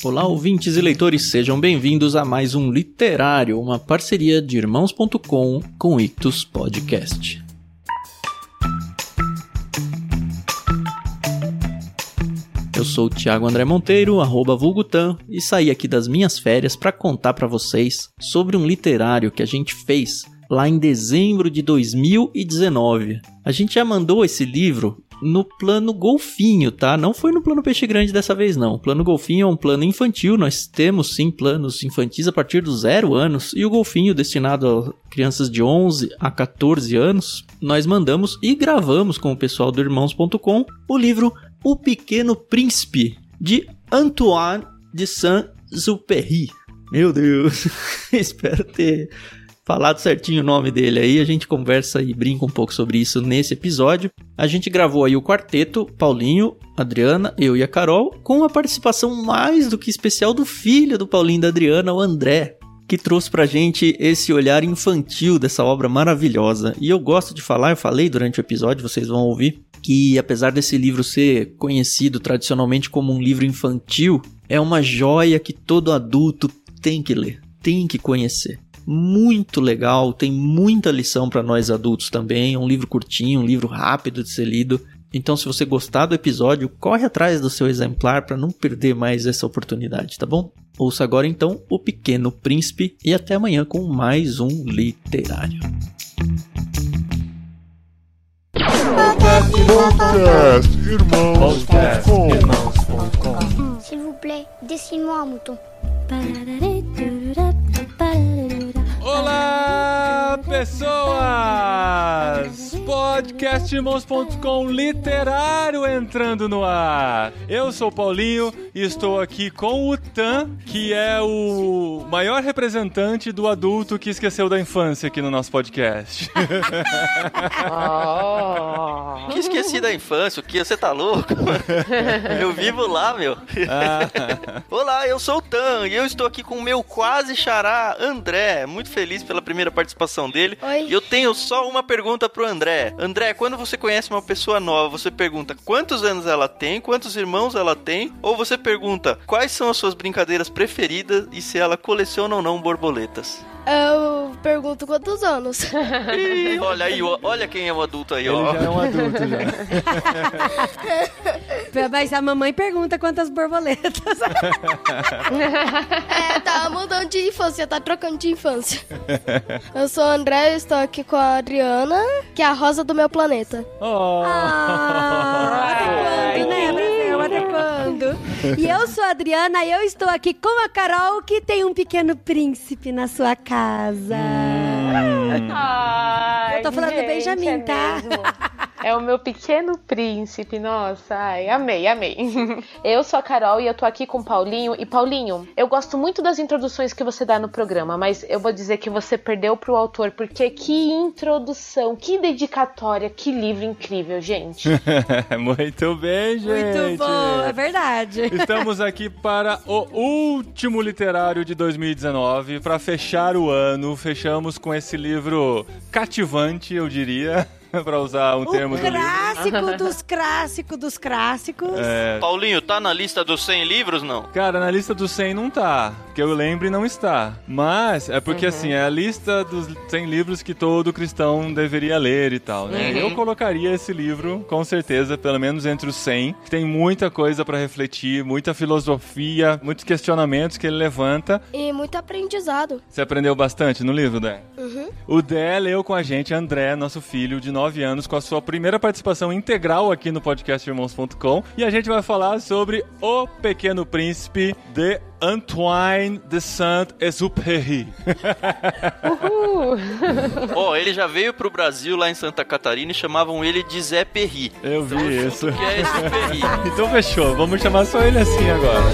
Olá, ouvintes e leitores, sejam bem-vindos a mais um Literário, uma parceria de Irmãos.com com Ictus Podcast. Eu sou o Thiago André Monteiro, @vulgutan, e saí aqui das minhas férias para contar para vocês sobre um literário que a gente fez lá em dezembro de 2019. A gente já mandou esse livro no plano golfinho, tá? Não foi no plano peixe grande dessa vez, não. O plano golfinho é um plano infantil. Nós temos, sim, planos infantis a partir dos 0 anos. E o golfinho, destinado a crianças de 11 a 14 anos, nós mandamos e gravamos com o pessoal do Irmãos.com o livro O Pequeno Príncipe, de Antoine de Saint-Exupéry. Meu Deus, espero ter falado certinho o nome dele aí, a gente conversa e brinca um pouco sobre isso nesse episódio. A gente gravou aí o quarteto, Paulinho, Adriana, eu e a Carol, com a participação mais do que especial do filho do Paulinho e da Adriana, o André, que trouxe pra gente esse olhar infantil dessa obra maravilhosa. E eu gosto de falar, eu falei durante o episódio, vocês vão ouvir, que apesar desse livro ser conhecido tradicionalmente como um livro infantil, é uma joia que todo adulto tem que ler, tem que conhecer. Muito legal, tem muita lição para nós adultos também, é um livro curtinho, um livro rápido de ser lido. Então, se você gostar do episódio, corre atrás do seu exemplar para não perder mais essa oportunidade, tá bom? Ouça agora então O Pequeno Príncipe e até amanhã com mais um Literário. Podcast Irmãos.com. S'il vous plaît, dessine-moi un mouton. Olá, pessoas! Podcast Irmãos.com literário entrando no ar. Eu sou o Paulinho e estou aqui com o Tan, que é o maior representante do adulto que esqueceu da infância aqui no nosso podcast. Que esqueci da infância, o que? Você tá louco? Eu vivo lá, meu. Olá, eu sou o Tan e eu estou aqui com o meu quase xará, André. Muito feliz pela primeira participação dele. Oi. E eu tenho só uma pergunta pro André. André, quando você conhece uma pessoa nova, você pergunta quantos anos ela tem, quantos irmãos ela tem, ou você pergunta quais são as suas brincadeiras preferidas e se ela coleciona ou não borboletas? Eu pergunto quantos anos. Ih, olha aí, olha quem é o adulto aí, ó. Ele já é um adulto já. Mas a mamãe pergunta quantas borboletas. Tá mudando de infância, tá trocando de infância. Eu sou o André, eu estou aqui com a Adriana, que é a rosa do meu planeta. Até quando, né, Brasil? Até quando? E eu sou a Adriana e eu estou aqui com a Carol, que tem um pequeno príncipe na sua casa. Ai, Eu tô falando do Benjamin, tá? Mesmo. É o meu pequeno príncipe, nossa, ai, amei. Eu sou a Carol e eu tô aqui com o Paulinho. E Paulinho, eu gosto muito das introduções que você dá no programa, mas eu vou dizer que você perdeu pro autor, porque que introdução, que dedicatória, que livro incrível, gente. Muito bem, gente. Muito bom, é verdade. Estamos aqui para o último literário de 2019. Para fechar o ano, fechamos com esse livro cativante, eu diria. Pra usar um termo do livro. Clássico dos clássicos. Paulinho, tá na lista dos 100 livros, não? Cara, na lista dos 100 não tá. Que eu lembre, não está. Mas é porque, assim, é a lista dos 100 livros que todo cristão deveria ler e tal, né? Eu colocaria esse livro, com certeza, pelo menos entre os 100. Tem muita coisa pra refletir, muita filosofia, muitos questionamentos que ele levanta. E muito aprendizado. Você aprendeu bastante no livro, Dé? O Dé leu com a gente, André, nosso filho de 9 anos, com a sua primeira participação integral aqui no podcast Irmãos.com. E a gente vai falar sobre O Pequeno Príncipe, de Antoine de Saint-Exupéry. Ele já veio pro Brasil lá em Santa Catarina e chamavam ele de Zé Perry. Eu vi isso. Que é Exupéry. Então fechou, vamos chamar só ele assim agora.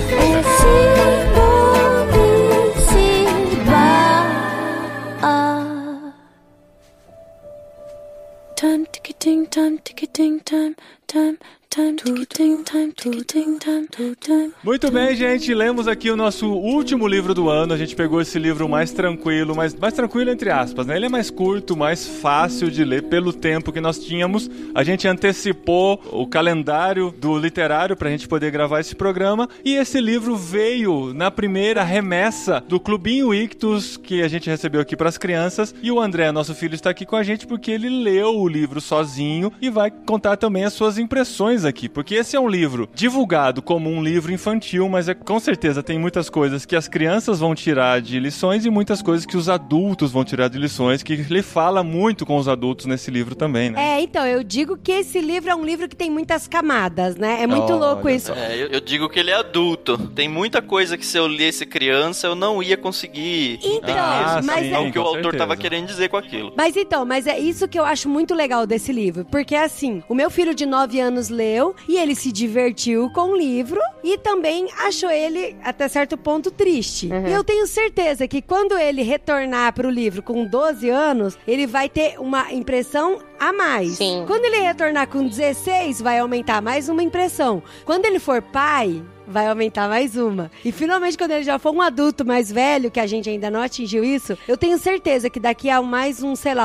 Time ticketing, time ticketing, time Muito bem, gente, lemos aqui o nosso último livro do ano. A gente pegou esse livro mais tranquilo, mais tranquilo entre aspas, né? Ele é mais curto, mais fácil de ler pelo tempo que nós tínhamos. A gente antecipou o calendário do literário pra gente poder gravar esse programa, e esse livro veio na primeira remessa do Clubinho Ictus que a gente recebeu aqui pras crianças, e o André, nosso filho, está aqui com a gente porque ele leu o livro sozinho e vai contar também as suas impressões aqui, porque esse é um livro divulgado como um livro infantil, mas com certeza tem muitas coisas que as crianças vão tirar de lições e muitas coisas que os adultos vão tirar de lições, que ele fala muito com os adultos nesse livro também, né? Então, eu digo que esse livro é um livro que tem muitas camadas, né? É muito louco isso. Eu digo que ele é adulto. Tem muita coisa que se eu lesse criança, eu não ia conseguir. Então, mas sim, é o que o autor estava querendo dizer com aquilo. Mas é isso que eu acho muito legal desse livro, porque assim, o meu filho de 9 anos leu e ele se divertiu com o livro e também achou ele, até certo ponto, triste. E eu tenho certeza que quando ele retornar pro livro com 12 anos, ele vai ter uma impressão a mais. Sim. Quando ele retornar com 16, vai aumentar mais uma impressão. Quando ele for pai, vai aumentar mais uma. E finalmente, quando ele já for um adulto mais velho, que a gente ainda não atingiu isso, eu tenho certeza que daqui a uns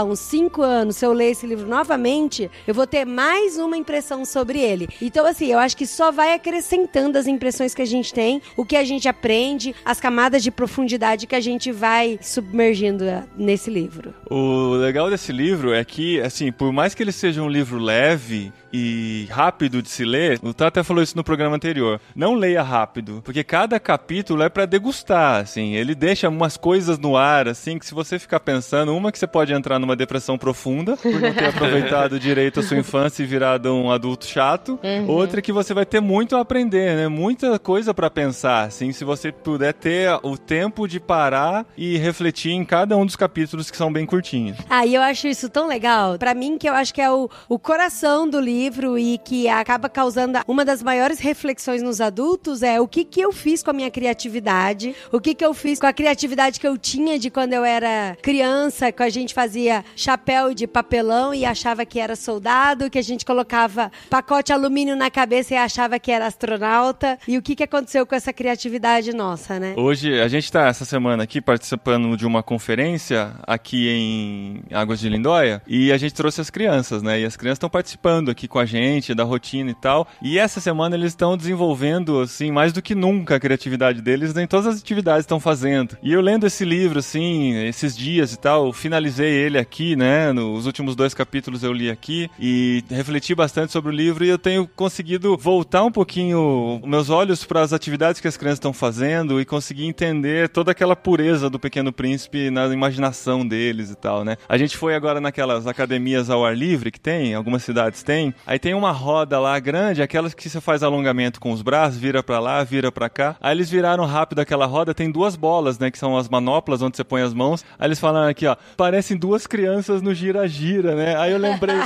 5 anos, se eu ler esse livro novamente, eu vou ter mais uma impressão sobre ele. Então, assim, eu acho que só vai acrescentando as impressões que a gente tem, o que a gente aprende, as camadas de profundidade que a gente vai submergindo nesse livro. O legal desse livro é que, assim, por mais que ele seja um livro leve e rápido de se ler, o Tá até falou isso no programa anterior, não leia rápido, porque cada capítulo é pra degustar, assim, ele deixa umas coisas no ar, assim, que se você ficar pensando, uma que você pode entrar numa depressão profunda, por não ter aproveitado direito a sua infância e virado um adulto chato, outra que você vai ter muito a aprender, né, muita coisa pra pensar, assim, se você puder ter o tempo de parar e refletir em cada um dos capítulos que são bem curtinhos. E eu acho isso tão legal, pra mim, que eu acho que é o coração do livro e que acaba causando uma das maiores reflexões nos adultos é o que eu fiz com a minha criatividade, o que eu fiz com a criatividade que eu tinha de quando eu era criança, que a gente fazia chapéu de papelão e achava que era soldado, que a gente colocava pacote alumínio na cabeça e achava que era astronauta, e o que aconteceu com essa criatividade nossa, né? Hoje, a gente tá essa semana aqui participando de uma conferência aqui em Águas de Lindóia, e a gente trouxe as crianças, né? E as crianças estão participando aqui com a gente, da rotina e tal. E essa semana eles estão desenvolvendo, assim, mais do que nunca a criatividade deles em todas as atividades que estão fazendo. E eu lendo esse livro, assim, esses dias e tal, finalizei ele aqui, né? Nos últimos 2 capítulos eu li aqui e refleti bastante sobre o livro e eu tenho conseguido voltar um pouquinho meus olhos para as atividades que as crianças estão fazendo e conseguir entender toda aquela pureza do Pequeno Príncipe na imaginação deles e tal, né? A gente foi agora naquelas academias ao ar livre que tem, algumas cidades têm. Aí tem uma roda lá grande, aquelas que você faz alongamento com os braços, vira pra lá, vira pra cá. Aí eles viraram rápido aquela roda, tem 2 bolas, né, que são as manoplas onde você põe as mãos. Aí eles falaram aqui, ó, parecem 2 crianças no gira-gira, né? Aí eu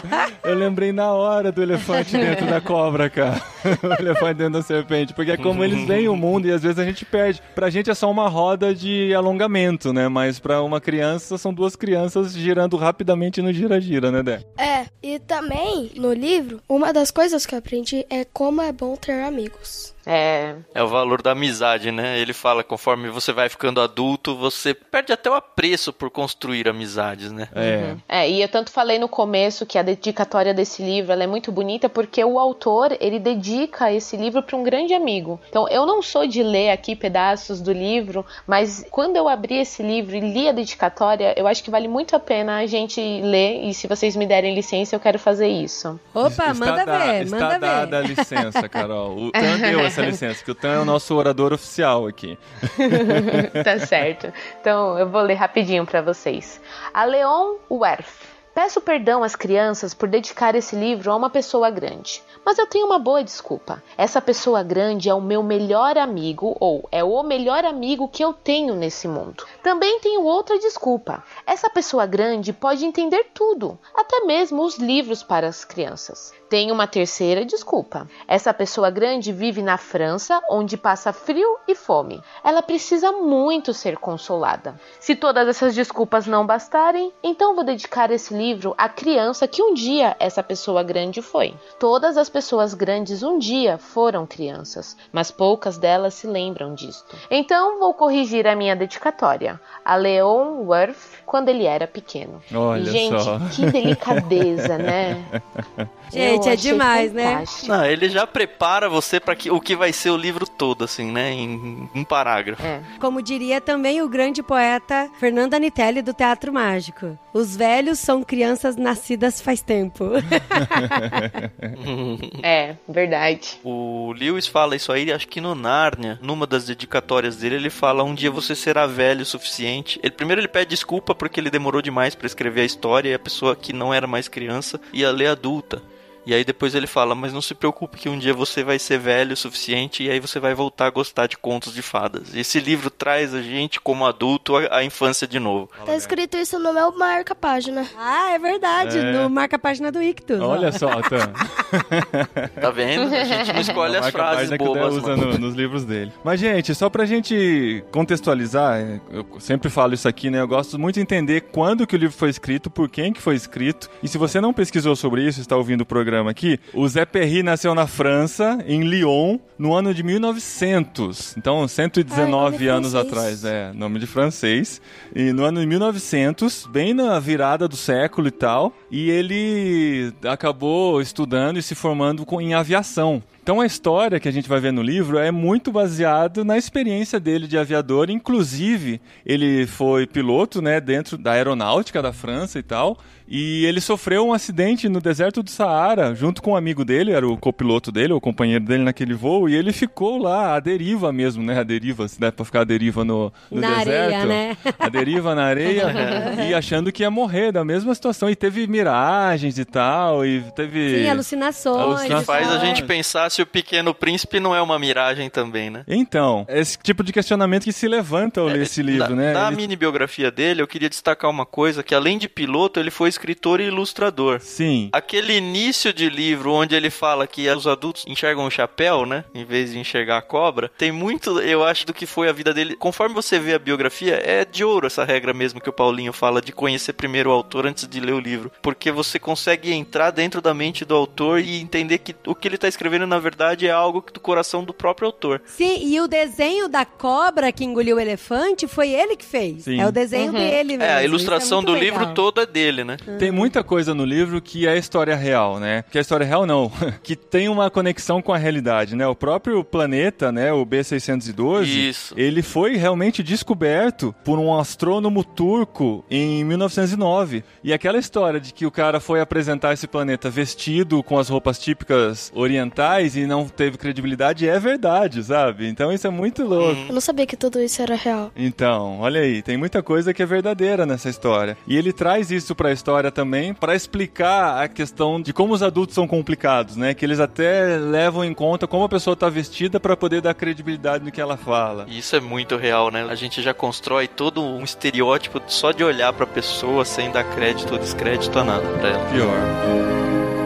lembrei na hora do elefante dentro da cobra, cara. O elefante dentro da serpente, porque é como eles veem o mundo e às vezes a gente perde. Pra gente é só uma roda de alongamento, né? Mas pra uma criança são 2 crianças girando rapidamente no gira-gira, né, Dé? E também, no livro, uma das coisas que eu aprendi é como é bom ter amigos. É o valor da amizade, né? Ele fala, conforme você vai ficando adulto, você perde até o apreço por construir amizades, né? E eu tanto falei no começo que a dedicatória desse livro, ela é muito bonita porque o autor, ele dedica esse livro para um grande amigo. Então, eu não sou de ler aqui pedaços do livro, mas quando eu abri esse livro e li a dedicatória, eu acho que vale muito a pena a gente ler, e se vocês me derem licença, eu quero fazer isso. Opa, manda ver. Está dada a licença, Carol. O Tan deu essa licença, que o Tan é o nosso orador oficial aqui. Tá certo. Então, eu vou ler rapidinho pra vocês. A Leon Werf. Peço perdão às crianças por dedicar esse livro a uma pessoa grande. Mas eu tenho uma boa desculpa. Essa pessoa grande é o meu melhor amigo, ou é o melhor amigo que eu tenho nesse mundo. Também tenho outra desculpa. Essa pessoa grande pode entender tudo, até mesmo os livros para as crianças. Tem uma terceira desculpa. Essa pessoa grande vive na França, onde passa frio e fome. Ela precisa muito ser consolada. Se todas essas desculpas não bastarem, então vou dedicar esse livro à criança que um dia essa pessoa grande foi. Todas as pessoas grandes um dia foram crianças, mas poucas delas se lembram disto. Então vou corrigir a minha dedicatória a Leon Worth quando ele era pequeno. Olha gente, só. que delicadeza, né? Gente, é demais, fantástico. Não, ele já prepara você para o que vai ser o livro todo, assim, né? Em um parágrafo. Como diria também o grande poeta Fernando Anitelli do Teatro Mágico. Os velhos são crianças nascidas faz tempo. É, verdade. O Lewis fala isso aí, acho que no Nárnia, numa das dedicatórias dele, ele fala: um dia você será velho o suficiente. Primeiro ele pede desculpa porque ele demorou demais para escrever a história e a pessoa que não era mais criança ia ler adulta. E aí depois ele fala: mas não se preocupe que um dia você vai ser velho o suficiente e aí você vai voltar a gostar de contos de fadas. E esse livro traz a gente, como adulto, a infância de novo. Tá escrito isso no meu marca-página. Ah, é verdade, no marca-página do Ictus. Olha só, Tan. Tá vendo? A gente não escolhe as frases que o Dé bobas, usa mano. nos livros dele. Mas, gente, só pra gente contextualizar, eu sempre falo isso aqui, né? Eu gosto muito de entender quando que o livro foi escrito, por quem que foi escrito. E se você não pesquisou sobre isso, está ouvindo o programa aqui, o Zé Perry nasceu na França, em Lyon, no ano de 1900. Então, 119 anos atrás. Nome de francês. E no ano de 1900, bem na virada do século e tal, e ele acabou estudando e se formando em aviação. Então a história que a gente vai ver no livro é muito baseada na experiência dele de aviador. Inclusive, ele foi piloto, né, dentro da aeronáutica da França e tal. E ele sofreu um acidente no deserto do Saara, junto com um amigo dele, era o copiloto dele, o companheiro dele naquele voo, e ele ficou lá, à deriva mesmo, né? A deriva, se dá pra ficar à deriva no na deserto. Areia, né? A deriva na areia, e achando que ia morrer da mesma situação. E teve miragens e tal, e teve... Sim, alucinações. Que faz a gente pensar se o Pequeno Príncipe não é uma miragem também, né? Então, esse tipo de questionamento que se levanta ao ler esse livro, né? Na mini-biografia dele, eu queria destacar uma coisa, que além de piloto, ele foi escritor e ilustrador. Sim. Aquele início de livro onde ele fala que os adultos enxergam o chapéu, né? Em vez de enxergar a cobra. Tem muito, eu acho, do que foi a vida dele. Conforme você vê a biografia, é de ouro essa regra mesmo que o Paulinho fala de conhecer primeiro o autor antes de ler o livro. Porque você consegue entrar dentro da mente do autor e entender que o que ele está escrevendo, na verdade, é algo do coração do próprio autor. Sim, e o desenho da cobra que engoliu o elefante foi ele que fez. Sim. É o desenho dele mesmo. A ilustração do legal. livro todo é dele, né? Tem muita coisa no livro que é história real, né? Que é história real não, que tem uma conexão com a realidade, né? O próprio planeta, né, o B612, Isso. ele foi realmente descoberto por um astrônomo turco em 1909. E aquela história de que o cara foi apresentar esse planeta vestido com as roupas típicas orientais e não teve credibilidade é verdade, sabe? Então isso é muito louco. Eu não sabia que tudo isso era real. Então, olha aí, tem muita coisa que é verdadeira nessa história. E ele traz isso pra história também pra explicar a questão de como os adultos são complicados, né? Que eles até levam em conta como a pessoa tá vestida pra poder dar credibilidade no que ela fala. E isso é muito real, né? A gente já constrói todo um estereótipo só de olhar pra pessoa sem dar crédito ou descrédito a nada pra ela. Pior.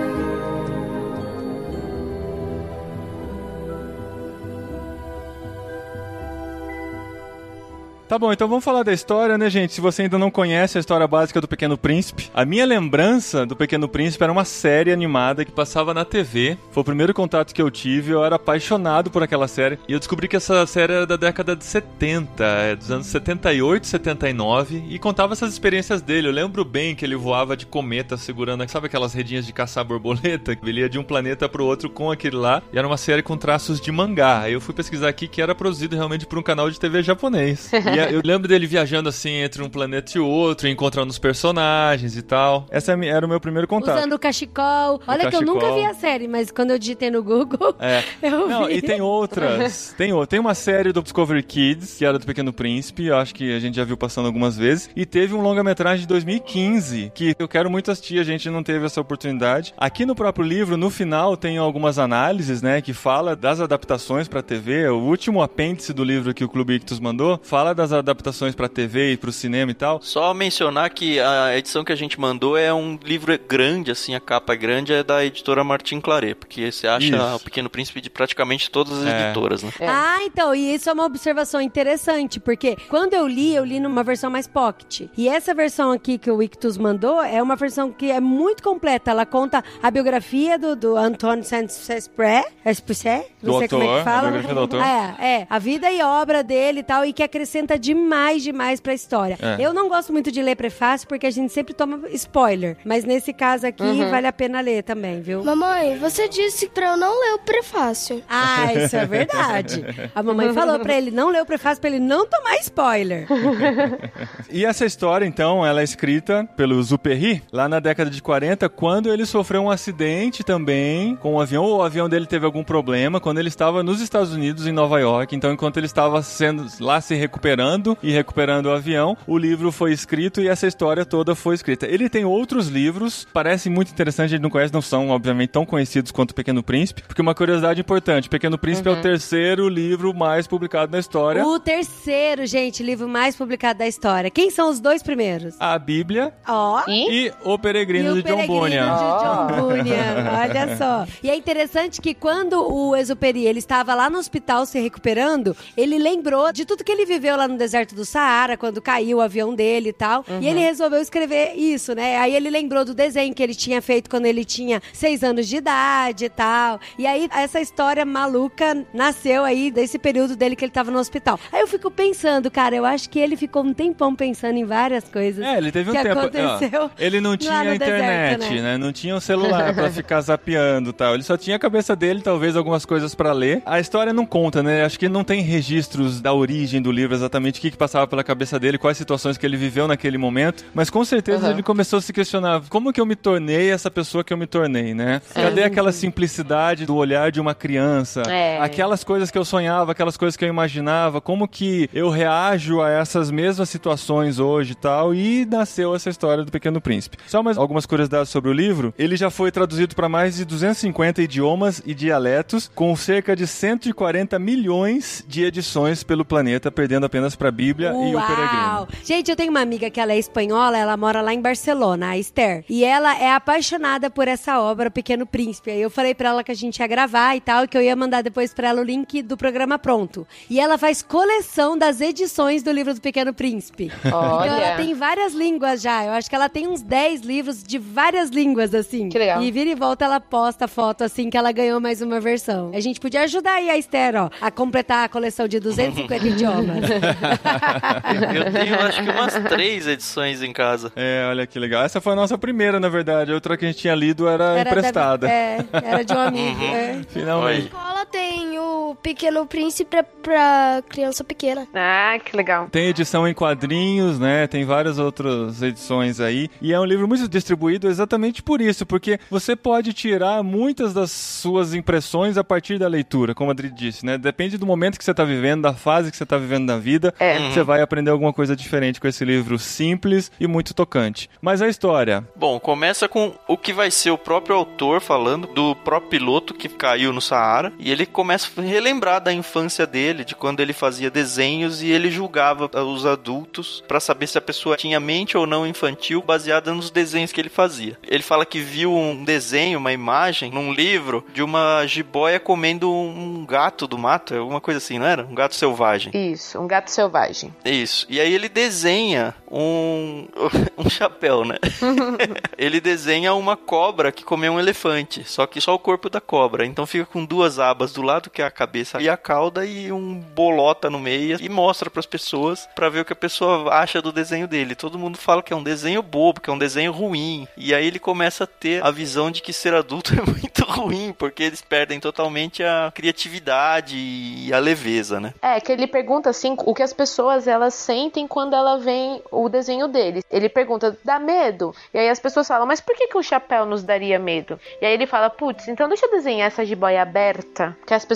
Tá bom, então vamos falar da história, né, gente? Se você ainda não conhece a história básica do Pequeno Príncipe, a minha lembrança do Pequeno Príncipe era uma série animada que passava na TV. Foi o primeiro contato que eu tive, eu era apaixonado por aquela série. E eu descobri que essa série era da década de 70, dos anos 78, 79, e contava essas experiências dele. Eu lembro bem que ele voava de cometa segurando, sabe aquelas redinhas de caçar borboleta? Ele ia de um planeta pro outro com aquele lá, e era uma série com traços de mangá. Aí eu fui pesquisar aqui que era produzido realmente por um canal de TV japonês. E eu lembro dele viajando assim entre um planeta e outro, encontrando os personagens e tal. Essa era o meu primeiro contato. Usando o cachecol. Olha que eu nunca vi a série, mas quando eu digitei no Google, eu Não, vi. e tem outras. Tem uma série do Discovery Kids, que era do Pequeno Príncipe, eu acho que a gente já viu passando algumas vezes. E teve um longa-metragem de 2015, que eu quero muito assistir, a gente não teve essa oportunidade. Aqui no próprio livro, no final, tem algumas análises, né, que fala das adaptações pra TV. O último apêndice do livro que o Clube Ictus mandou fala das adaptações pra TV e pro cinema e tal. Só mencionar que a edição que a gente mandou é um livro grande, assim, a capa é grande, é da editora Martin Claret, porque você acha O Pequeno Príncipe de praticamente todas as editoras, né? Ah, então, e isso é uma observação interessante, porque quando eu li numa versão mais pocket. E essa versão aqui que o Ictus mandou é uma versão que é muito completa. Ela conta a biografia do Antoine Saint-Exupéry, não sei como é que fala. A biografia do autor. A vida e obra dele e tal, e que acrescenta demais pra história. Eu não gosto muito de ler prefácio, porque a gente sempre toma spoiler, mas nesse caso aqui vale a pena ler também, viu? Mamãe, você disse pra eu não ler o prefácio. Ah, isso é verdade. A mamãe falou pra ele não ler o prefácio pra ele não tomar spoiler. E essa história, então, ela é escrita pelo Exupéry lá na década de 40, quando ele sofreu um acidente também com um avião, ou o avião dele teve algum problema, quando ele estava nos Estados Unidos, em Nova York. Então, enquanto ele estava se recuperando o avião, o livro foi escrito e essa história toda foi escrita. Ele tem outros livros, parecem muito interessantes, a gente não conhece, não são, obviamente, tão conhecidos quanto O Pequeno Príncipe, porque uma curiosidade importante, O Pequeno Príncipe é o terceiro livro mais publicado na história. O terceiro, gente, livro mais publicado da história. Quem são os dois primeiros? A Bíblia e O Peregrino de John Bunyan. Olha só. E é interessante que quando o Exupéry, ele estava lá no hospital se recuperando, ele lembrou de tudo que ele viveu lá no deserto do Saara, quando caiu o avião dele e tal. E ele resolveu escrever isso, né? Aí ele lembrou do desenho que ele tinha feito quando ele tinha 6 anos de idade e tal. E aí essa história maluca nasceu aí desse período dele que ele tava no hospital. Aí eu fico pensando, cara, eu acho que ele ficou um tempão pensando em várias coisas. Ele teve um que tempo. Aconteceu ele não tinha internet, deserto, né? Não tinha um celular pra ficar zapeando e tal. Ele só tinha a cabeça dele, talvez algumas coisas pra ler. A história não conta, né? Acho que não tem registros da origem do livro, exatamente o que passava pela cabeça dele, quais situações que ele viveu naquele momento. Mas com certeza ele começou a se questionar, como que eu me tornei essa pessoa que eu me tornei, né? Cadê aquela simplicidade do olhar de uma criança? Aquelas coisas que eu sonhava, aquelas coisas que eu imaginava, como que eu reajo a essas mesmas situações hoje e tal, e nasceu essa história do Pequeno Príncipe. Só mais algumas curiosidades sobre o livro. Ele já foi traduzido para mais de 250 idiomas e dialetos, com cerca de 140 milhões de edições pelo planeta, perdendo apenas para a Bíblia e o Peregrino. Gente, eu tenho uma amiga que ela é espanhola, ela mora lá em Barcelona, a Esther, e ela é apaixonada por essa obra, Pequeno Príncipe. Aí eu falei pra ela que a gente ia gravar e tal, que eu ia mandar depois pra ela o link do programa pronto. E ela faz coleção das edições do livro do Pequeno Príncipe. Olha. Então ela tem várias línguas já. Eu acho que ela tem uns 10 livros de várias línguas, assim. Que legal. E vira e volta ela posta foto, assim, que ela ganhou mais uma versão. A gente podia ajudar aí a Esther, ó, a completar a coleção de 250 idiomas. Eu tenho, acho que umas 3 edições em casa. Olha que legal. Essa foi a nossa primeira, na verdade. A outra que a gente tinha lido era emprestada. Era de um amigo. Finalmente. Na escola tem o Pequeno Príncipe pra criança pequena. Ah, que legal. Tem edição em quadrinhos, né? Tem várias outras edições aí. E é um livro muito distribuído exatamente por isso, porque você pode tirar muitas das suas impressões a partir da leitura, como a Adri disse, né? Depende do momento que você tá vivendo, da fase que você tá vivendo na vida. Você vai aprender alguma coisa diferente com esse livro simples e muito tocante. Mas a história? Bom, começa com o que vai ser o próprio autor falando do próprio piloto que caiu no Saara. E ele começa a relembrar da infância dele, de quando ele fazia desenhos e ele julgava os adultos pra saber se a pessoa tinha mente ou não infantil baseada nos desenhos que ele fazia. Ele fala que viu um desenho, uma imagem, num livro de uma jiboia comendo um gato do mato, alguma coisa assim, não era? Um gato selvagem. Isso, um gato selvagem. Isso. E aí ele desenha um chapéu, né? Ele desenha uma cobra que comeu um elefante, só que só o corpo da cobra. Então fica com 2 abas do lado, que é a cabeça e a cauda, e um bolota no meio, e mostra pras pessoas pra ver o que a pessoa acha do desenho dele. Todo mundo fala que é um desenho bobo, que é um desenho ruim. E aí ele começa a ter a visão de que ser adulto é muito ruim, porque eles perdem totalmente a criatividade e a leveza, né? Que ele pergunta assim, o que as pessoas elas sentem quando ela vê o desenho deles. Ele pergunta, dá medo? E aí as pessoas falam, mas por que o chapéu nos daria medo? E aí ele fala, putz, então deixa eu desenhar essa jiboia aberta, que as pessoas vão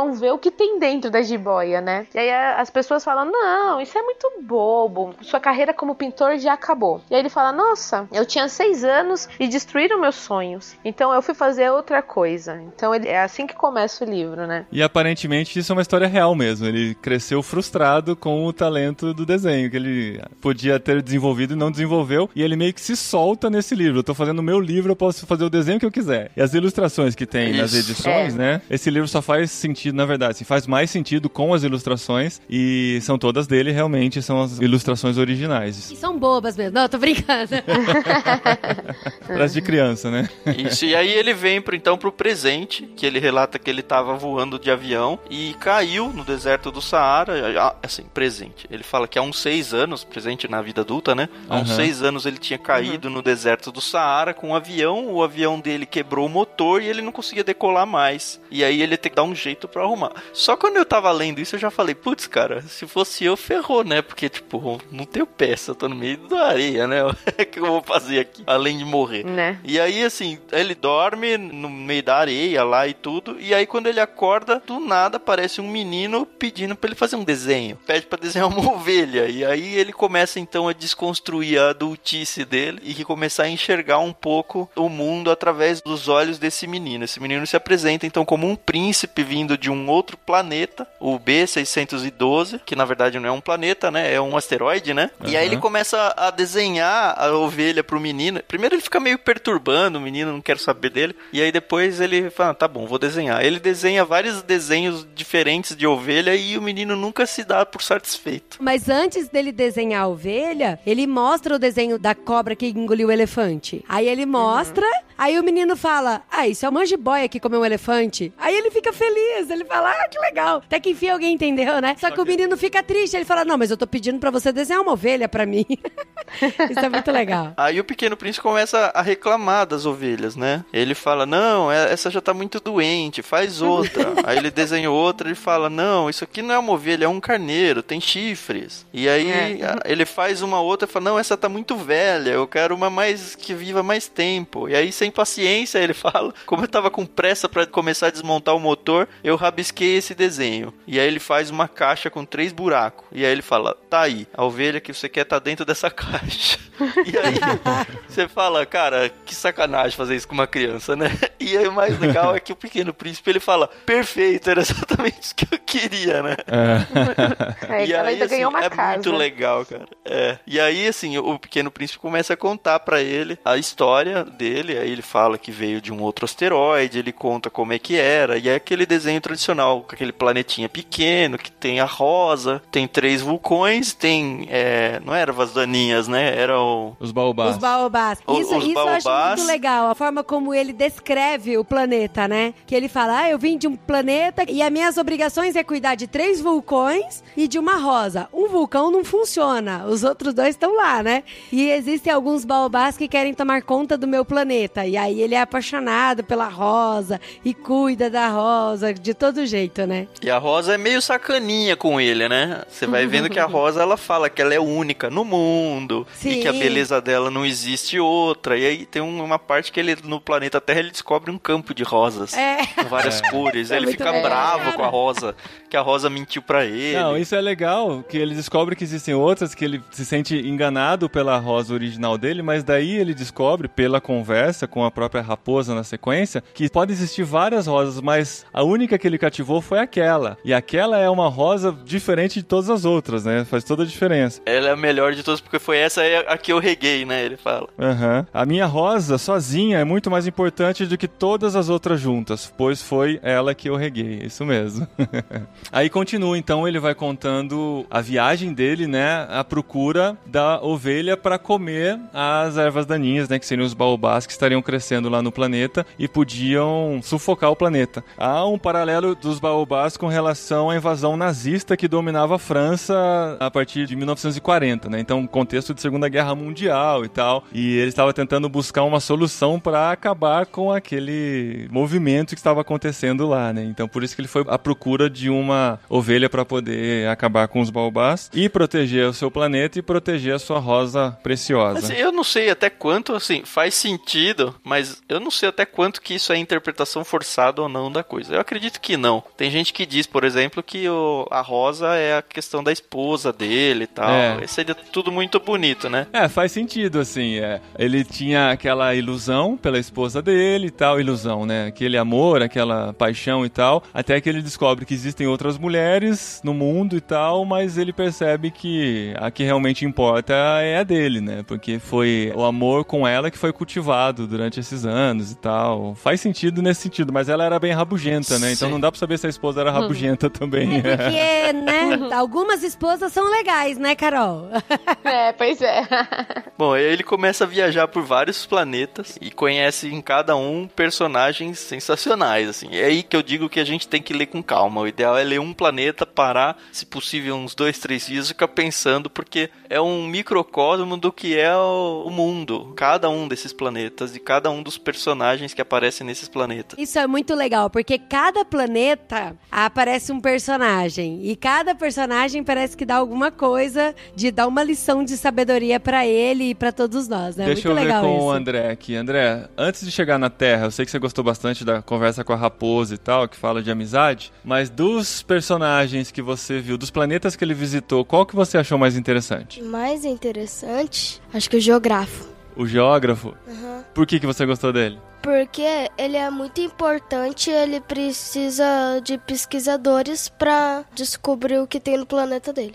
vão ver o que tem dentro da jiboia, né? E aí as pessoas falam, não, isso é muito bobo, sua carreira como pintor já acabou. E aí ele fala, nossa, eu tinha 6 anos e destruíram meus sonhos, então eu fui fazer outra coisa. Então é assim que começa o livro, né? E aparentemente isso é uma história real mesmo. Ele cresceu frustrado com o talento do desenho, que ele podia ter desenvolvido e não desenvolveu, e ele meio que se solta nesse livro. Eu tô fazendo o meu livro, eu posso fazer o desenho que eu quiser. E as ilustrações que tem nas edições, né? Esse livro só faz sentido, na verdade, assim, faz mais sentido com as ilustrações, e são todas dele, realmente, são as ilustrações originais. E são bobas mesmo. Não, tô brincando. Parece de criança, né? Isso, e aí ele vem então pro presente, que ele relata que ele tava voando de avião e caiu no deserto do Saara, assim, presente. Ele fala que há uns 6 anos, presente na vida adulta, né? Há uns 6 anos ele tinha caído no deserto do Saara com um avião, o avião dele quebrou o motor e ele não conseguia decolar mais. E aí ele tem que dar um jeito pra arrumar. Só quando eu tava lendo isso, eu já falei, putz, cara, se fosse eu, ferrou, né? Porque, tipo, não tenho peça, tô no meio da areia, né? O que eu vou fazer aqui, além de morrer? Né? E aí, assim, ele dorme no meio da areia lá e tudo, e aí quando ele acorda, do nada aparece um menino pedindo pra ele fazer um desenho. Pede pra desenhar uma ovelha. E aí ele começa, então, a desconstruir a adultice dele e começar a enxergar um pouco o mundo através dos olhos desse menino. Esse menino se apresenta, então, como um príncipe vindo de um outro planeta, o B612, que na verdade não é um planeta, né? É um asteroide, né? E aí ele começa a desenhar a ovelha pro menino. Primeiro ele fica meio perturbando o menino, não quero saber dele. E aí depois ele fala, tá bom, vou desenhar. Ele desenha vários desenhos diferentes de ovelha e o menino nunca se dá por satisfeito. Mas antes dele desenhar a ovelha, ele mostra o desenho da cobra que engoliu o elefante. Aí ele mostra, aí o menino fala, isso é uma jiboia que comeu um elefante. Aí ele fica feliz, ele fala, que legal. Até que enfim alguém entendeu, né? Só que o menino fica triste, ele fala, não, mas eu tô pedindo pra você desenhar uma ovelha pra mim. Isso é muito legal. Aí o Pequeno Príncipe começa a reclamar das ovelhas, né? Ele fala, não, essa já tá muito doente, faz outra. Aí ele desenha outra e fala, não, isso aqui não é uma ovelha, é um carneiro, tem chifres. E aí ele faz uma outra e fala, não, essa tá muito velha, eu quero uma mais que viva mais tempo. E aí, sem paciência, ele fala, como eu tava com pressa pra começar a desmontar o motor, eu rabisquei esse desenho. E aí ele faz uma caixa com 3 buracos. E aí ele fala, tá aí, a ovelha que você quer tá dentro dessa caixa. E aí você fala, cara, que sacanagem fazer isso com uma criança, né? E aí o mais legal é que o Pequeno Príncipe, ele fala, perfeito, era exatamente isso que eu queria, né? E ela aí, ainda assim, ganhou uma é casa. muito legal, cara. E aí, assim, o Pequeno Príncipe começa a contar pra ele a história dele, aí ele fala que veio de um outro asteroide, ele conta como é que era, e é aquele desenho tradicional, com aquele planetinha pequeno, que tem a rosa, tem 3 vulcões, tem, não ervas daninhas, né? Eram os baobás. Os baobás. Isso eu acho muito legal, a forma como ele descreve o planeta, né? Que ele fala, eu vim de um planeta e as minhas obrigações é cuidar de 3 vulcões e de uma rosa. Um vulcão não funciona, os outros 2 estão lá, né? E existem alguns baobás que querem tomar conta do meu planeta. E aí ele é apaixonado pela rosa e cuida da rosa de todo jeito, né? E a rosa é meio sacaninha com ele, né? Você vai vendo que a rosa, ela fala que ela é única no mundo. Sim. E que a beleza dela não existe outra. E aí tem uma parte que ele, no planeta Terra, ele descobre um campo de rosas. Com várias cores. Ele fica bravo com a rosa, que a rosa mentiu pra ele. Não, isso é legal, que ele descobre que existem outras, que ele se sente enganado pela rosa original dele, mas daí ele descobre, pela conversa com a própria raposa na sequência, que pode existir várias rosas, mas a única que ele cativou foi aquela. E aquela é uma rosa diferente de todas as outras, né? Faz toda a diferença. Ela é a melhor de todas, porque foi essa a que eu reguei, né? Ele fala. A minha rosa, sozinha, é muito mais importante do que todas as outras juntas, pois foi ela que eu reguei. Isso mesmo. Aí continua, então, ele vai contando a viagem dele, né? A procura da ovelha para comer as ervas daninhas, né? Que seriam os baobás que estariam crescendo lá no planeta e podiam sufocar o planeta. Há um paralelo dos baobás com relação à invasão nazista que dominava a França a partir de 1940, né? Então, contexto de Segunda Guerra Mundial e tal. E ele estava tentando buscar uma solução para acabar com aquele movimento que estava acontecendo lá, né? Então por isso que ele foi à procura de uma ovelha para poder acabar com os baobás e proteger o seu planeta e proteger a sua rosa preciosa. Assim, eu não sei até quanto, assim, faz sentido, mas eu não sei até quanto que isso é interpretação forçada ou não da coisa. Eu acredito que não. Tem gente que diz, por exemplo, que a rosa é a questão da esposa dele e tal. Seria tudo muito bonito, né? Faz sentido, assim. Ele tinha aquela ilusão pela esposa dele e tal, ilusão, né? Aquele amor, aquela paixão e tal, até que ele descobre que existem outras mulheres no mundo e tal, mas ele percebe que a que realmente importa é a dele, né? Porque foi o amor com ela que foi cultivado durante esses anos e tal. Faz sentido nesse sentido, mas ela era bem rabugenta, né? Então não dá pra saber se a esposa era rabugenta também. Porque, né? Algumas esposas são legais, né, Carol? Pois é. Bom, aí ele começa a viajar por vários planetas e conhece em cada um personagens sensacionais, assim. É aí que eu digo que a gente tem que ler com calma. O ideal é ler um planeta, parar, se possível, uns 2, 3 dias e ficar pensando, porque é um microcosmo do que é o mundo. Cada um desses planetas e cada um dos personagens que aparecem nesses planetas. Isso é muito legal, porque cada planeta aparece um personagem e cada personagem parece que dá alguma coisa de dar uma lição de sabedoria pra ele e pra todos nós, né? Deixa muito eu ver legal com isso. o André aqui. André, antes de chegar na Terra, eu sei que você gostou bastante da conversa com a raposa e tal, que fala de amizade, mas dos personagens que você viu, dos planetas que ele visitou, qual que você achou mais interessante? Mais interessante, acho que o geógrafo. O geógrafo? Uhum. Por que você gostou dele? Porque ele é muito importante, ele precisa de pesquisadores para descobrir o que tem no planeta dele.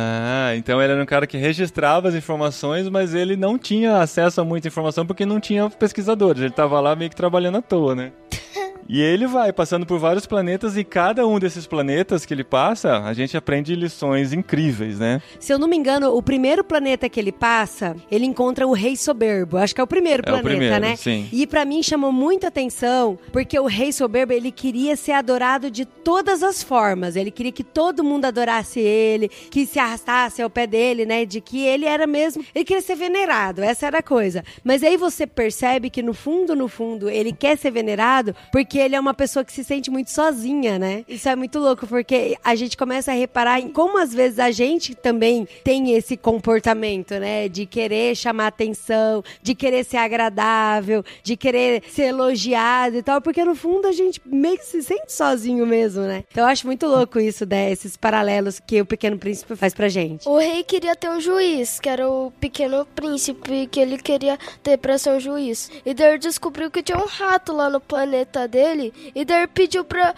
Então ele era um cara que registrava as informações, mas ele não tinha acesso a muita informação porque não tinha pesquisadores. Ele tava lá meio que trabalhando à toa, né? E ele vai passando por vários planetas e cada um desses planetas que ele passa, a gente aprende lições incríveis, né? Se eu não me engano, o primeiro planeta que ele passa, ele encontra o Rei Soberbo. Acho que é o primeiro planeta, o primeiro, né? Sim. E pra mim chamou muita atenção, porque o Rei Soberbo, ele queria ser adorado de todas as formas. Ele queria que todo mundo adorasse ele, que se arrastasse ao pé dele, né? De que ele era mesmo... Ele queria ser venerado, essa era a coisa. Mas aí você percebe que no fundo, ele quer ser venerado porque ele é uma pessoa que se sente muito sozinha, né? Isso é muito louco, porque a gente começa a reparar em como às vezes a gente também tem esse comportamento, né? De querer chamar atenção, de querer ser agradável, de querer ser elogiado e tal, porque no fundo a gente meio que se sente sozinho mesmo, né? Então eu acho muito louco isso, né? Esses paralelos que o Pequeno Príncipe faz pra gente. O rei queria ter um juiz, que era o Pequeno Príncipe, que ele queria ter pra ser um juiz. E daí ele descobriu que tinha um rato lá no planeta dele, e daí pediu pra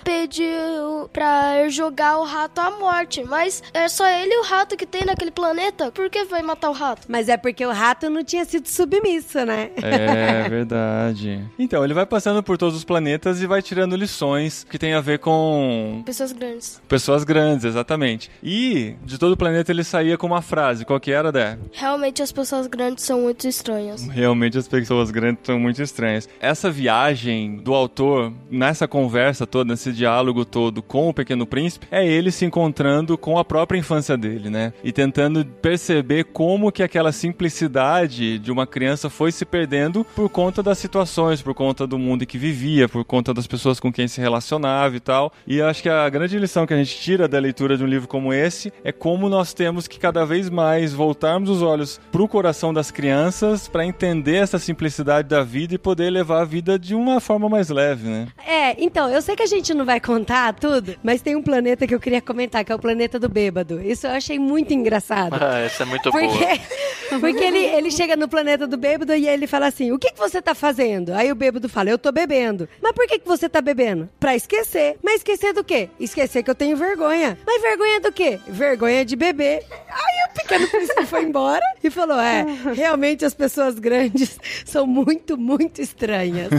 jogar o rato à morte. Mas é só ele e o rato que tem naquele planeta. Por que vai matar o rato? Mas é porque o rato não tinha sido submisso, né? É verdade. Então, ele vai passando por todos os planetas e vai tirando lições que tem a ver com... Pessoas grandes. Pessoas grandes, exatamente. E de todo o planeta ele saía com uma frase. Qual que era, Dé? Realmente as pessoas grandes são muito estranhas. Realmente as pessoas grandes são muito estranhas. Essa viagem do autor, nessa conversa toda, nesse diálogo todo com o Pequeno Príncipe, é ele se encontrando com a própria infância dele, né? E tentando perceber como que aquela simplicidade de uma criança foi se perdendo por conta das situações, por conta do mundo em que vivia, por conta das pessoas com quem se relacionava e tal. E acho que a grande lição que a gente tira da leitura de um livro como esse é como nós temos que cada vez mais voltarmos os olhos pro coração das crianças para entender essa simplicidade da vida e poder levar a vida de uma forma mais leve, né? Então, eu sei que a gente não vai contar tudo, mas tem um planeta que eu queria comentar, que é o planeta do bêbado. Isso eu achei muito engraçado. Essa é muito boa. Porque ele chega no planeta do bêbado e ele fala assim, o que você tá fazendo? Aí o bêbado fala, eu tô bebendo. Mas por que você tá bebendo? Pra esquecer. Mas esquecer do quê? Esquecer que eu tenho vergonha. Mas vergonha do quê? Vergonha de beber. Aí o Pequeno Príncipe foi embora e falou, realmente as pessoas grandes são muito, muito estranhas.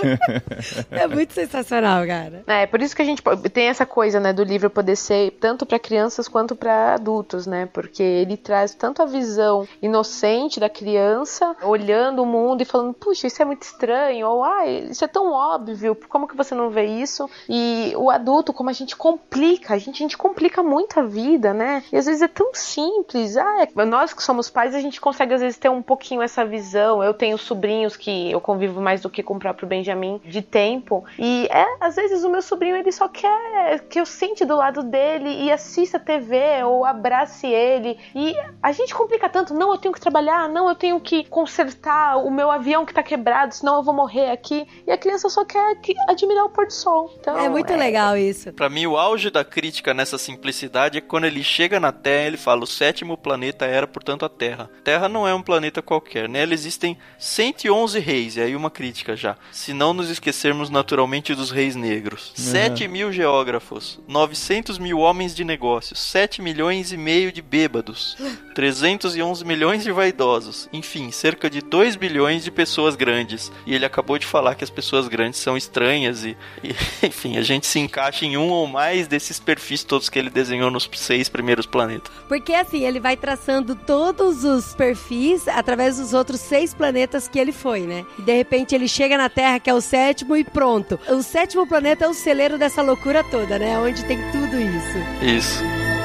É muito sensacional, cara. Por isso que a gente tem essa coisa, né, do livro poder ser tanto para crianças quanto para adultos, né? Porque ele traz tanto a visão inocente da criança, olhando o mundo e falando, puxa, isso é muito estranho, ou isso é tão óbvio, como que você não vê isso? E o adulto, como a gente complica, a gente complica muito a vida, né? E às vezes é tão simples, nós que somos pais, a gente consegue às vezes ter um pouquinho essa visão. Eu tenho sobrinhos que eu convivo mais do que com o próprio Benjamin de tempo, e às vezes o meu sobrinho, ele só quer que eu sente do lado dele e assista TV ou abrace ele, e a gente complica tanto. Não, eu tenho que trabalhar, não, eu tenho que consertar o meu avião que tá quebrado, senão eu vou morrer aqui, e a criança só quer admirar o pôr do sol. Então, é muito legal isso. Pra mim, o auge da crítica nessa simplicidade é quando ele chega na Terra, ele fala: o 7º planeta era, portanto, a Terra. Terra não é um planeta qualquer, nela existem 111 reis, e aí uma crítica já. Se não nos esquecermos naturalmente dos reis negros. 7.000 geógrafos, 900.000 homens de negócios, 7,5 milhões de bêbados, 311 milhões de vaidosos, enfim, cerca de 2 bilhões de pessoas grandes. E ele acabou de falar que as pessoas grandes são estranhas e enfim, a gente se encaixa em um ou mais desses perfis todos que ele desenhou nos 6 primeiros planetas. Porque assim, ele vai traçando todos os perfis através dos outros 6 planetas que ele foi, né? E de repente ele chega na Terra, que é o 7º, e pronto. O 7º planeta é o celeiro dessa loucura toda, né? Onde tem tudo isso. Isso.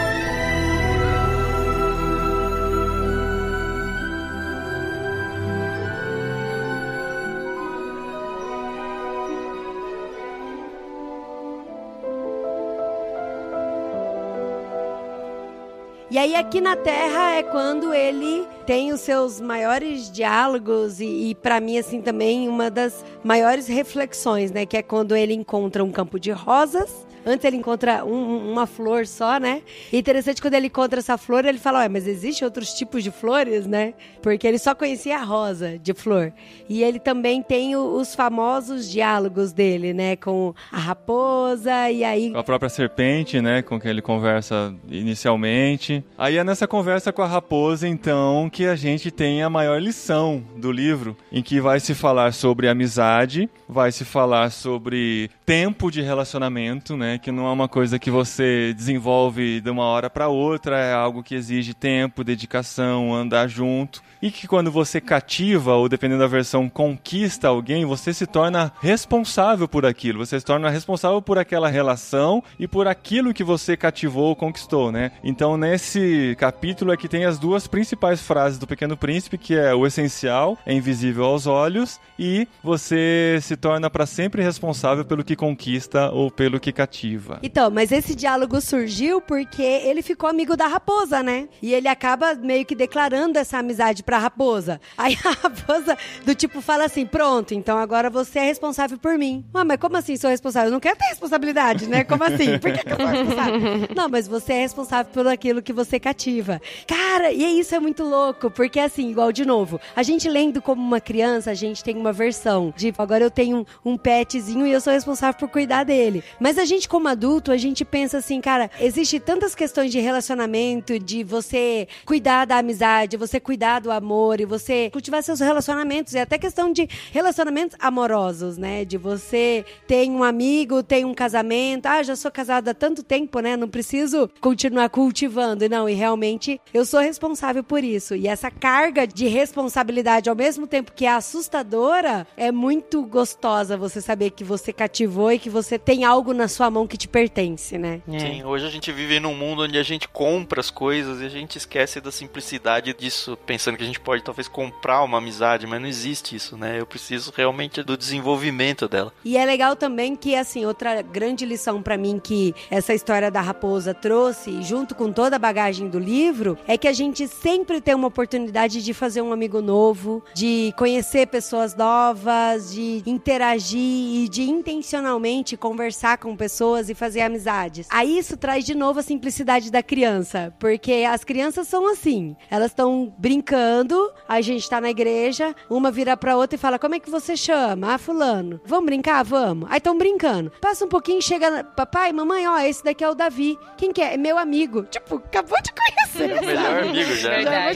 E aí aqui na Terra é quando ele tem os seus maiores diálogos e para mim assim também uma das maiores reflexões, né? Que é quando ele encontra um campo de rosas. Antes ele encontra uma flor só, né? E interessante, quando ele encontra essa flor, ele fala: mas existem outros tipos de flores, né? Porque ele só conhecia a rosa de flor. E ele também tem os famosos diálogos dele, né? Com a raposa e aí... com a própria serpente, né? Com quem ele conversa inicialmente. Aí é nessa conversa com a raposa, então, que a gente tem a maior lição do livro, em que vai se falar sobre amizade, vai se falar sobre tempo de relacionamento, né? Que não é uma coisa que você desenvolve de uma hora para outra, é algo que exige tempo, dedicação, andar junto. E que quando você cativa, ou dependendo da versão, conquista alguém, você se torna responsável por aquilo. Você se torna responsável por aquela relação e por aquilo que você cativou ou conquistou, né? Então, nesse capítulo é que tem as 2 principais frases do Pequeno Príncipe, que é: o essencial é invisível aos olhos, e você se torna para sempre responsável pelo que conquista ou pelo que cativa. Então, mas esse diálogo surgiu porque ele ficou amigo da raposa, né? E ele acaba meio que declarando essa amizade pra raposa. Aí a raposa do tipo fala assim: pronto, então agora você é responsável por mim. Mas como assim sou responsável? Eu não quero ter responsabilidade, né? Como assim? Por que eu sou responsável? Não, mas você é responsável por aquilo que você cativa. Cara, e isso é muito louco, porque assim, igual de novo, a gente lendo como uma criança, a gente tem uma versão de agora eu tenho um petzinho e eu sou responsável por cuidar dele. Mas a gente como adulto, a gente pensa assim, cara, existe tantas questões de relacionamento, de você cuidar da amizade, você cuidar do amor e você cultivar seus relacionamentos, e até questão de relacionamentos amorosos, né? De você ter um amigo, ter um casamento, já sou casada há tanto tempo, né? Não preciso continuar cultivando, não, e realmente eu sou responsável por isso. E essa carga de responsabilidade, ao mesmo tempo que é assustadora, é muito gostosa você saber que você cativou e que você tem algo na sua mão que te pertence, né? Sim, hoje a gente vive num mundo onde a gente compra as coisas e a gente esquece da simplicidade disso, pensando que a gente pode talvez comprar uma amizade, mas não existe isso, né? Eu preciso realmente do desenvolvimento dela. E é legal também que, assim, outra grande lição pra mim que essa história da raposa trouxe, junto com toda a bagagem do livro, é que a gente sempre tem uma oportunidade de fazer um amigo novo, de conhecer pessoas novas, de interagir e de intencionalmente conversar com pessoas e fazer amizades. Aí isso traz de novo a simplicidade da criança, porque as crianças são assim, elas estão brincando, a gente tá na igreja, uma vira pra outra e fala: como é que você chama? Fulano. Vamos brincar? Vamos. Aí estão brincando. Passa um pouquinho, chega, papai, mamãe, esse daqui é o Davi. Quem que é? É meu amigo. Tipo, acabou de conhecer. É o melhor amigo já.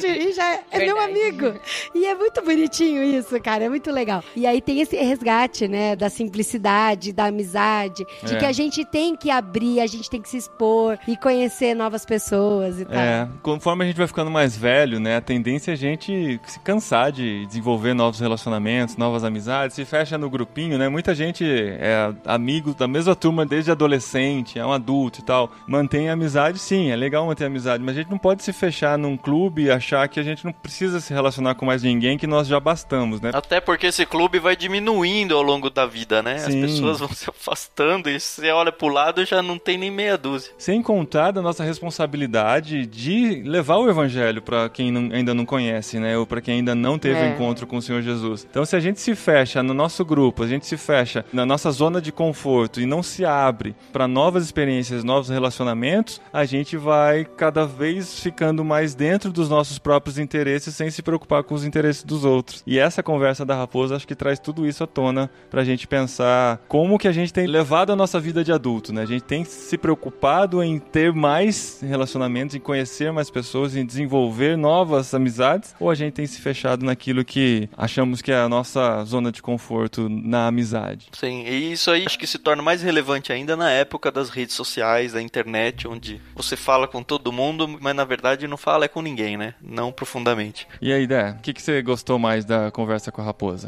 Já é meu amigo. E é muito bonitinho isso, cara, é muito legal. E aí tem esse resgate, né, da simplicidade, da amizade, de que a gente gente tem que abrir, a gente tem que se expor e conhecer novas pessoas e tal. Conforme a gente vai ficando mais velho, né, a tendência é a gente se cansar de desenvolver novos relacionamentos, novas amizades, se fecha no grupinho, né? Muita gente é amigo da mesma turma desde adolescente, é um adulto e tal. Mantém a amizade, sim, é legal manter a amizade, mas a gente não pode se fechar num clube e achar que a gente não precisa se relacionar com mais ninguém, que nós já bastamos, né? Até porque esse clube vai diminuindo ao longo da vida, né? Sim. As pessoas vão se afastando e você olha pro lado e já não tem nem meia dúzia. Sem contar da nossa responsabilidade de levar o evangelho para quem ainda não conhece, né? Ou para quem ainda não teve encontro com o Senhor Jesus. Então, se a gente se fecha no nosso grupo, a gente se fecha na nossa zona de conforto e não se abre para novas experiências, novos relacionamentos, a gente vai cada vez ficando mais dentro dos nossos próprios interesses sem se preocupar com os interesses dos outros. E essa conversa da Raposa acho que traz tudo isso à tona pra gente pensar como que a gente tem levado a nossa vida de adulto, né? A gente tem se preocupado em ter mais relacionamentos, em conhecer mais pessoas, em desenvolver novas amizades, ou a gente tem se fechado naquilo que achamos que é a nossa zona de conforto na amizade. Sim, e isso aí acho que se torna mais relevante ainda na época das redes sociais, da internet, onde você fala com todo mundo, mas na verdade não fala com ninguém, né? Não profundamente. E aí, Dé, o que você gostou mais da conversa com a Raposa?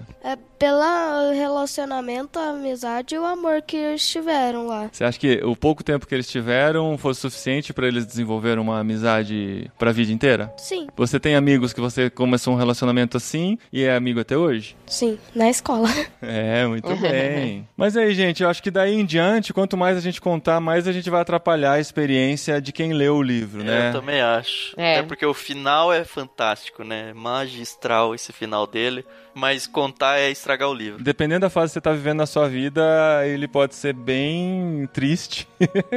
Pelo relacionamento, a amizade e o amor que eles tiveram lá. Você acha que o pouco tempo que eles tiveram foi suficiente pra eles desenvolverem uma amizade pra vida inteira? Sim. Você tem amigos que você começou um relacionamento assim e é amigo até hoje? Sim, na escola. Muito bem. Mas aí, gente, eu acho que daí em diante, quanto mais a gente contar, mais a gente vai atrapalhar a experiência de quem leu o livro, né? Eu também acho. Até porque o final é fantástico, né? Magistral esse final dele. Mas contar é estragar o livro. Dependendo da fase que você tá vivendo na sua vida, ele pode ser bem triste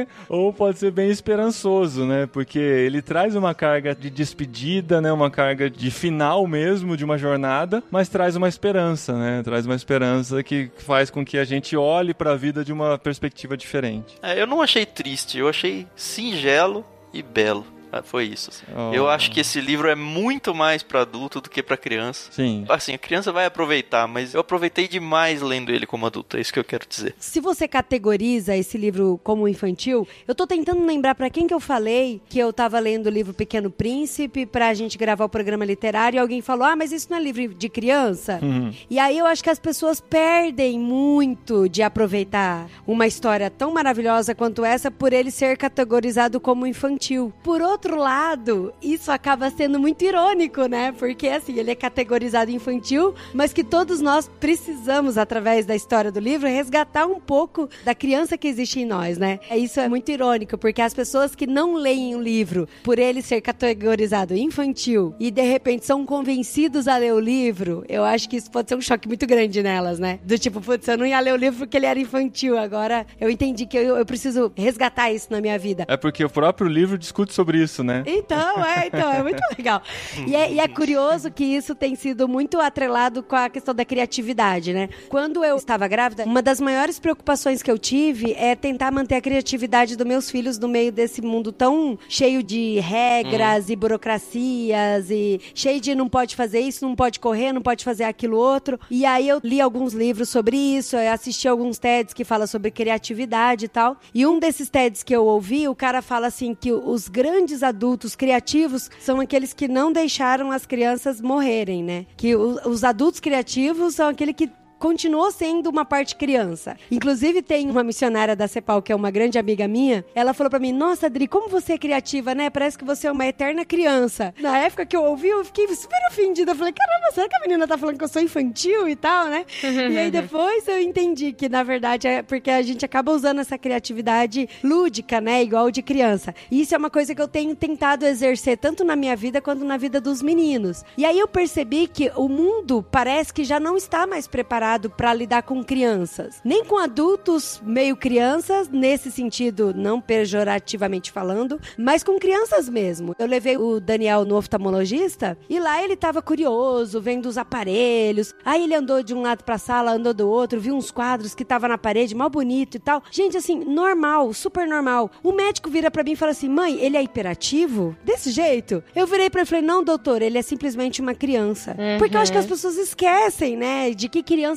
ou pode ser bem esperançoso, né? Porque ele traz uma carga de despedida, né? Uma carga de final mesmo de uma jornada, mas traz uma esperança, né? Traz uma esperança que faz com que a gente olhe pra vida de uma perspectiva diferente. Eu não achei triste, eu achei singelo e belo. Foi isso. Assim. Eu acho que esse livro é muito mais pra adulto do que pra criança. Sim. Assim, a criança vai aproveitar, mas eu aproveitei demais lendo ele como adulto, é isso que eu quero dizer. Se você categoriza esse livro como infantil, eu tô tentando lembrar pra quem que eu falei que eu tava lendo o livro Pequeno Príncipe pra gente gravar o programa literário e alguém falou, mas isso não é livro de criança? E aí eu acho que as pessoas perdem muito de aproveitar uma história tão maravilhosa quanto essa por ele ser categorizado como infantil. Por outro lado, isso acaba sendo muito irônico, né? Porque, assim, ele é categorizado infantil, mas que todos nós precisamos, através da história do livro, resgatar um pouco da criança que existe em nós, né? Isso é muito irônico, porque as pessoas que não leem o livro, por ele ser categorizado infantil, e de repente são convencidos a ler o livro, eu acho que isso pode ser um choque muito grande nelas, né? Do tipo, putz, eu não ia ler o livro porque ele era infantil, agora eu entendi que eu preciso resgatar isso na minha vida. É porque o próprio livro discute sobre isso, né? Então, é muito legal. E é curioso que isso tem sido muito atrelado com a questão da criatividade, né? Quando eu estava grávida, uma das maiores preocupações que eu tive é tentar manter a criatividade dos meus filhos no meio desse mundo tão cheio de regras e burocracias e cheio de não pode fazer isso, não pode correr, não pode fazer aquilo outro. E aí eu li alguns livros sobre isso, eu assisti alguns TEDs que falam sobre criatividade e tal. E um desses TEDs que eu ouvi, o cara fala assim que os grandes adultos criativos são aqueles que não deixaram as crianças morrerem, né? Que os adultos criativos são aquele que continuou sendo uma parte criança. Inclusive, tem uma missionária da CEPAL, que é uma grande amiga minha, ela falou pra mim, nossa, Adri, como você é criativa, né? Parece que você é uma eterna criança. Na época que eu ouvi, eu fiquei super ofendida. Eu falei, caramba, será que a menina tá falando que eu sou infantil e tal, né? E aí depois eu entendi que, na verdade, é porque a gente acaba usando essa criatividade lúdica, né? Igual de criança. E isso é uma coisa que eu tenho tentado exercer tanto na minha vida quanto na vida dos meninos. E aí eu percebi que o mundo parece que já não está mais preparado para lidar com crianças. Nem com adultos meio crianças, nesse sentido, não pejorativamente falando, mas com crianças mesmo. Eu levei o Daniel no oftalmologista e lá ele tava curioso, vendo os aparelhos. Aí ele andou de um lado pra sala, andou do outro, viu uns quadros que tava na parede, mal bonito e tal. Gente, assim, normal, super normal. O médico vira pra mim e fala assim, mãe, ele é hiperativo? Desse jeito? Eu virei pra ele e falei, não, doutor, ele é simplesmente uma criança. Porque eu acho que as pessoas esquecem, né, de que criança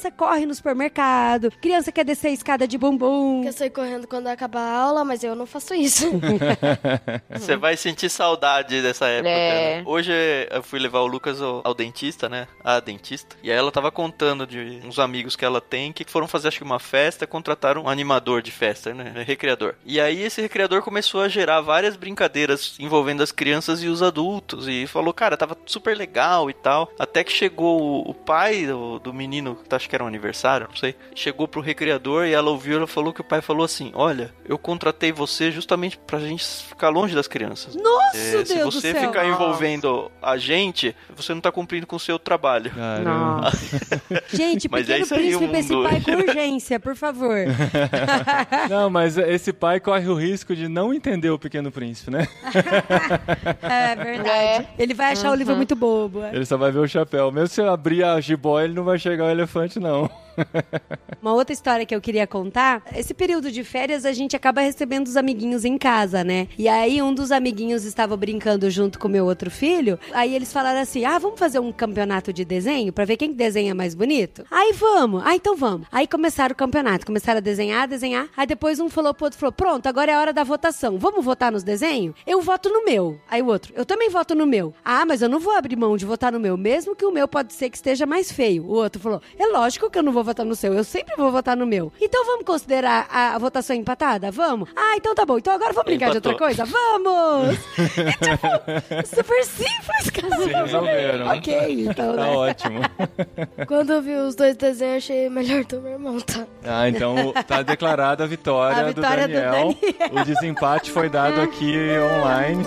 criança corre no supermercado, criança quer descer a escada de bumbum. Eu saio correndo quando acabar a aula, mas eu não faço isso. Você vai sentir saudade dessa época, É. né? Hoje eu fui levar o Lucas ao dentista, né? A dentista. E aí ela tava contando de uns amigos que ela tem que foram fazer, acho que uma festa, contrataram um animador de festa, né? Recreador. E aí esse recreador começou a gerar várias brincadeiras envolvendo as crianças e os adultos. E falou, cara, tava super legal e tal. Até que chegou o pai do menino, acho que era um aniversário, não sei. Chegou pro recreador e ela ouviu, ela falou que o pai falou assim, olha, eu contratei você justamente pra gente ficar longe das crianças. Nossa, Deus se do você céu. ficar envolvendo a gente, você não tá cumprindo com o seu trabalho. Caramba. Gente, Mas é Pequeno isso aí, o Príncipe, esse mundo. pai com urgência, por favor. Não, mas esse pai corre o risco de não entender o Pequeno Príncipe, né? É verdade. É. Ele vai achar o livro muito bobo. É. Ele só vai ver o chapéu. Mesmo se eu abrir a jiboia, ele não vai chegar o elefante, não. Uma outra história que eu queria contar, esse período de férias a gente acaba recebendo os amiguinhos em casa, né? E aí um dos amiguinhos estava brincando junto com o meu outro filho, aí eles falaram assim, vamos fazer um campeonato de desenho pra ver quem desenha mais bonito? Aí vamos, então vamos. Aí começaram o campeonato, começaram a desenhar, aí depois um falou pro outro, falou, pronto, agora é a hora da votação, vamos votar nos desenhos? Eu voto no meu. Aí o outro, eu também voto no meu. Mas eu não vou abrir mão de votar no meu, mesmo que o meu pode ser que esteja mais feio. O outro falou, é lógico que eu não vou votar no seu, eu sempre vou votar no meu. Então vamos considerar a votação empatada? Vamos? Então tá bom, então agora vamos brincar de outra coisa? Vamos! Super simples, cara. Se resolveram. Ok, então, Tá né? ótimo. Quando eu vi os dois desenhos, achei melhor do meu irmão, tá? Então tá declarada a vitória, A vitória do do Daniel. O desempate foi dado aqui online.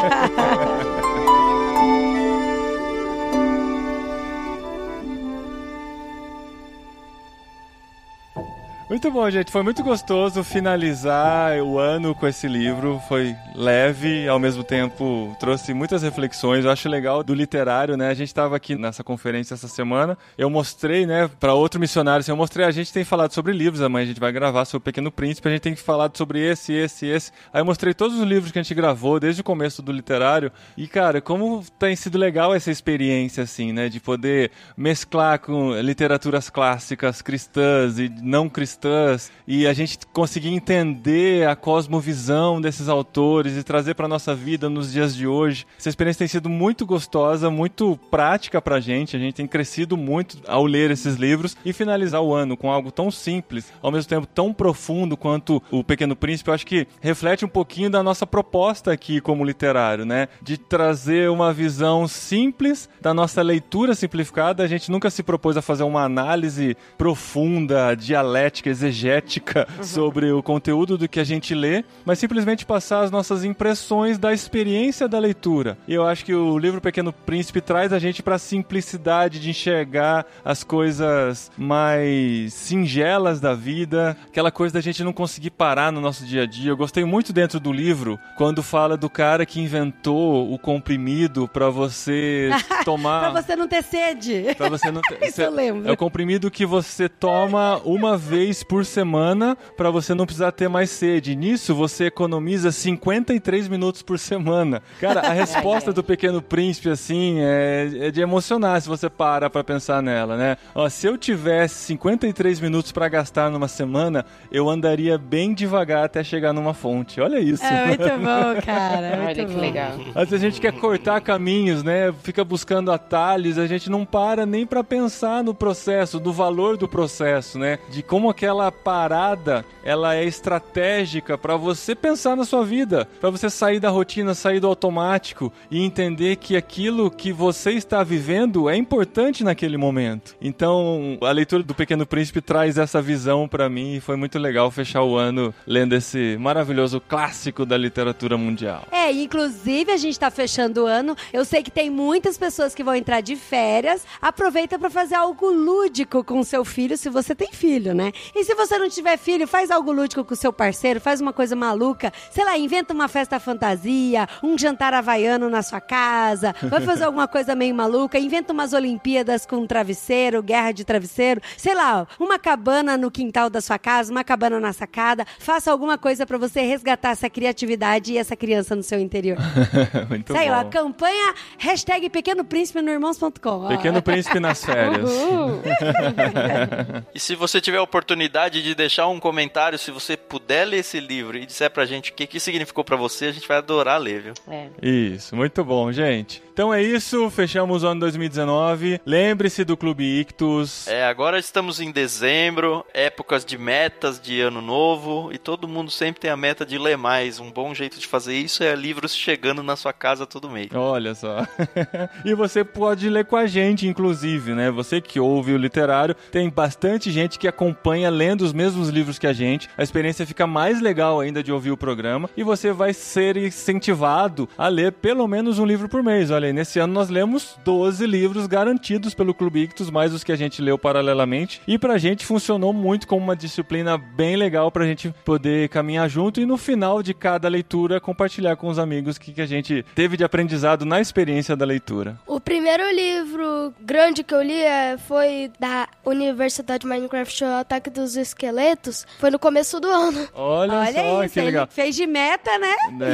Muito bom, gente. Foi muito gostoso finalizar o ano com esse livro. Foi leve, ao mesmo tempo trouxe muitas reflexões. Eu acho legal do literário, né? A gente estava aqui nessa conferência essa semana. Eu mostrei, né, para outro missionário. Assim, eu mostrei, a gente tem falado sobre livros. Amanhã a gente vai gravar sobre o Pequeno Príncipe. A gente tem falado sobre esse. Aí eu mostrei todos os livros que a gente gravou desde o começo do literário. E, cara, como tem sido legal essa experiência, assim, né? De poder mesclar com literaturas clássicas, cristãs e não cristãs. E a gente conseguir entender a cosmovisão desses autores e trazer para nossa vida nos dias de hoje. Essa experiência tem sido muito gostosa, muito prática pra gente. A gente tem crescido muito ao ler esses livros e finalizar o ano com algo tão simples, ao mesmo tempo tão profundo quanto o Pequeno Príncipe. Eu acho que reflete um pouquinho da nossa proposta aqui como literário, né? De trazer uma visão simples da nossa leitura simplificada. A gente nunca se propôs a fazer uma análise profunda, dialética, exegética sobre o conteúdo do que a gente lê, mas simplesmente passar as nossas impressões da experiência da leitura. E eu acho que o livro Pequeno Príncipe traz a gente para a simplicidade de enxergar as coisas mais singelas da vida, aquela coisa da gente não conseguir parar no nosso dia a dia. Eu gostei muito dentro do livro quando fala do cara que inventou o comprimido para você tomar... Pra você não ter sede. Pra você não ter... Isso eu lembro. É o comprimido que você toma uma vez por semana para você não precisar ter mais sede. Nisso você economiza 53 minutos por semana. Cara, a resposta do Pequeno Príncipe, assim, é de emocionar se você para pra pensar nela, né? Se eu tivesse 53 minutos pra gastar numa semana, eu andaria bem devagar até chegar numa fonte. Olha isso. É muito bom, cara. Olha que legal. Às vezes a gente quer cortar caminhos, né? Fica buscando atalhos, a gente não para nem pra pensar no processo, do valor do processo, né? De como aquela parada, ela é estratégica pra você pensar na sua vida, pra você sair da rotina, sair do automático e entender que aquilo que você está vivendo é importante naquele momento. Então, a leitura do Pequeno Príncipe traz essa visão pra mim e foi muito legal fechar o ano lendo esse maravilhoso clássico da literatura mundial. Inclusive a gente tá fechando o ano. Eu sei que tem muitas pessoas que vão entrar de férias. Aproveita pra fazer algo lúdico com seu filho, se você tem filho, né? E se você não tiver filho, faz algo lúdico com o seu parceiro, faz uma coisa maluca, sei lá, inventa uma festa fantasia, um jantar havaiano na sua casa, vai fazer alguma coisa meio maluca, inventa umas Olimpíadas com travesseiro, guerra de travesseiro, sei lá, uma cabana no quintal da sua casa, uma cabana na sacada, faça alguma coisa pra você resgatar essa criatividade e essa criança no seu interior. Muito Saiu bom. a campanha Pequeno Príncipe no Irmãos.com. Pequeno Príncipe nas férias. E se você tiver a oportunidade de deixar um comentário, se você puder ler esse livro e disser pra gente o que significou pra você, a gente vai adorar ler, viu? Isso, muito bom, gente. Então é isso, fechamos o ano 2019. Lembre-se do Clube Ictus. Agora estamos em dezembro, épocas de metas de ano novo, e todo mundo sempre tem a meta de ler mais. Um bom jeito de fazer isso é livros chegando na sua casa todo mês. Olha só. E você pode ler com a gente, inclusive, né? Você que ouve o literário, tem bastante gente que acompanha lendo os mesmos livros que a gente. A experiência fica mais legal ainda de ouvir o programa, e você vai ser incentivado a ler pelo menos um livro por mês. Olha aí, nesse ano nós lemos 12 livros garantidos pelo Clube Ictus, mais os que a gente leu paralelamente, e pra gente funcionou muito como uma disciplina bem legal pra gente poder caminhar junto e no final de cada leitura compartilhar com os amigos o que a gente teve de aprendizado na experiência da leitura. O primeiro livro grande que eu li foi da Universidade Minecraft, o Ataque dos Esqueletos. Foi no começo do ano. Olha só, isso, que legal. ele fez de meta, né?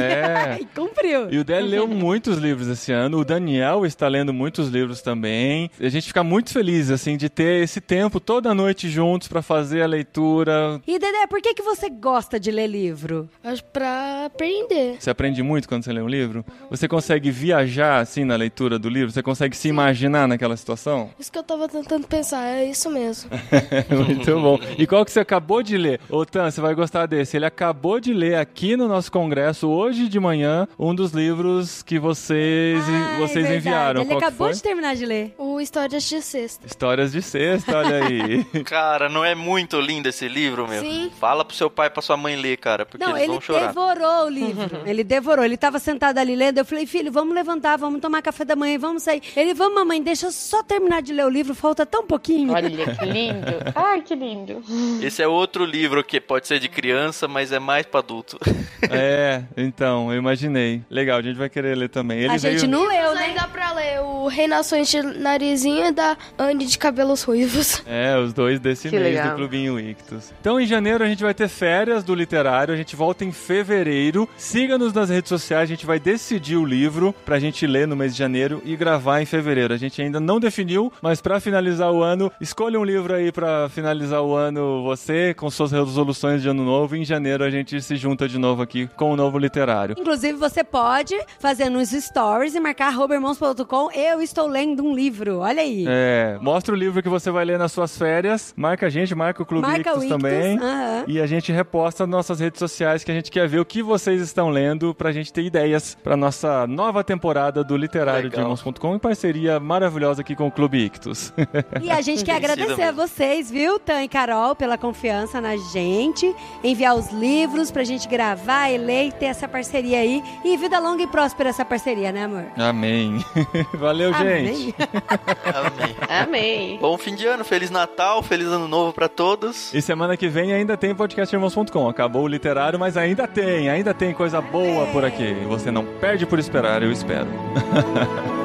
E cumpriu. E o Délio leu muitos livros esse ano. O Daniel está lendo muitos livros também. A gente fica muito feliz, assim, de ter esse tempo toda noite juntos pra fazer a leitura. E Dedé, por que você gosta de ler livro? Acho pra aprender. Você aprende muito quando você lê um livro? Você consegue viajar, assim, na leitura do livro? Você consegue se imaginar naquela situação? Isso que eu tava tentando pensar, é isso mesmo. Muito bom. E qual que você acabou de ler? Ô, Tan, você vai gostar desse. Ele acabou de ler aqui no nosso congresso, hoje de manhã, um dos livros que vocês verdade. enviaram. Ele Qual que acabou foi? de terminar de ler. O Histórias de Sexta. Histórias de Sexta, olha aí. Cara, não é muito lindo esse livro, meu? Sim. Fala pro seu pai e pra sua mãe ler, cara, porque Não, eles ele vão chorar. devorou o livro. Ele devorou. Ele tava sentado ali lendo. Eu falei, filho, vamos levantar, vamos tomar café da manhã, vamos sair. Ele, vamos, mamãe, deixa eu só terminar de ler o livro, falta tão pouquinho. Olha que lindo. Ai, que lindo. Esse é outro livro que pode ser de criança, mas é mais pra adulto. Então, eu imaginei. Legal, a gente vai querer ler também. Ele A gente não leu, Mas né? aí dá pra ler o Reinações de Narizinho e da Anne de Cabelos Ruivos. Os dois desse Que mês legal. do Clubinho Ictus. Então, em janeiro, a gente vai ter férias do literário. A gente volta em fevereiro. Siga-nos nas redes sociais. A gente vai decidir o livro pra gente ler no mês de janeiro e gravar em fevereiro. A gente ainda não definiu, mas pra finalizar o ano, escolha um livro aí pra finalizar o ano você, com suas resoluções de ano novo. E em janeiro a gente se junta de novo aqui com o novo literário. Inclusive, você pode fazer nos stories e marcar @irmãos.com. Eu estou lendo um livro. Olha aí. Mostra o livro que você vai ler nas suas férias. Marca a gente, marca o Clube Marca Ictus o Ictus, também. aham. E a gente reposta nas nossas redes sociais, que a gente quer ver o que vocês estão lendo, pra gente ter ideias pra nossa nova temporada do Literário de Legal. Irmãos.com, em parceria maravilhosa aqui com o Clube Ictus. E a gente quer Merecida agradecer a mesmo. vocês, viu, Tan e Carol, pela confiança na gente, enviar os livros pra gente gravar e ler e ter essa parceria aí. E vida longa e próspera essa parceria, né, amor? Amém. Valeu, gente. Amém. Amém. Amei. Bom fim de ano, Feliz Natal, Feliz Ano Novo pra todos. E semana que vem ainda tem podcast Irmãos.com. Acabou o literário, mas ainda tem coisa boa por aqui. Você não perde por esperar, eu espero.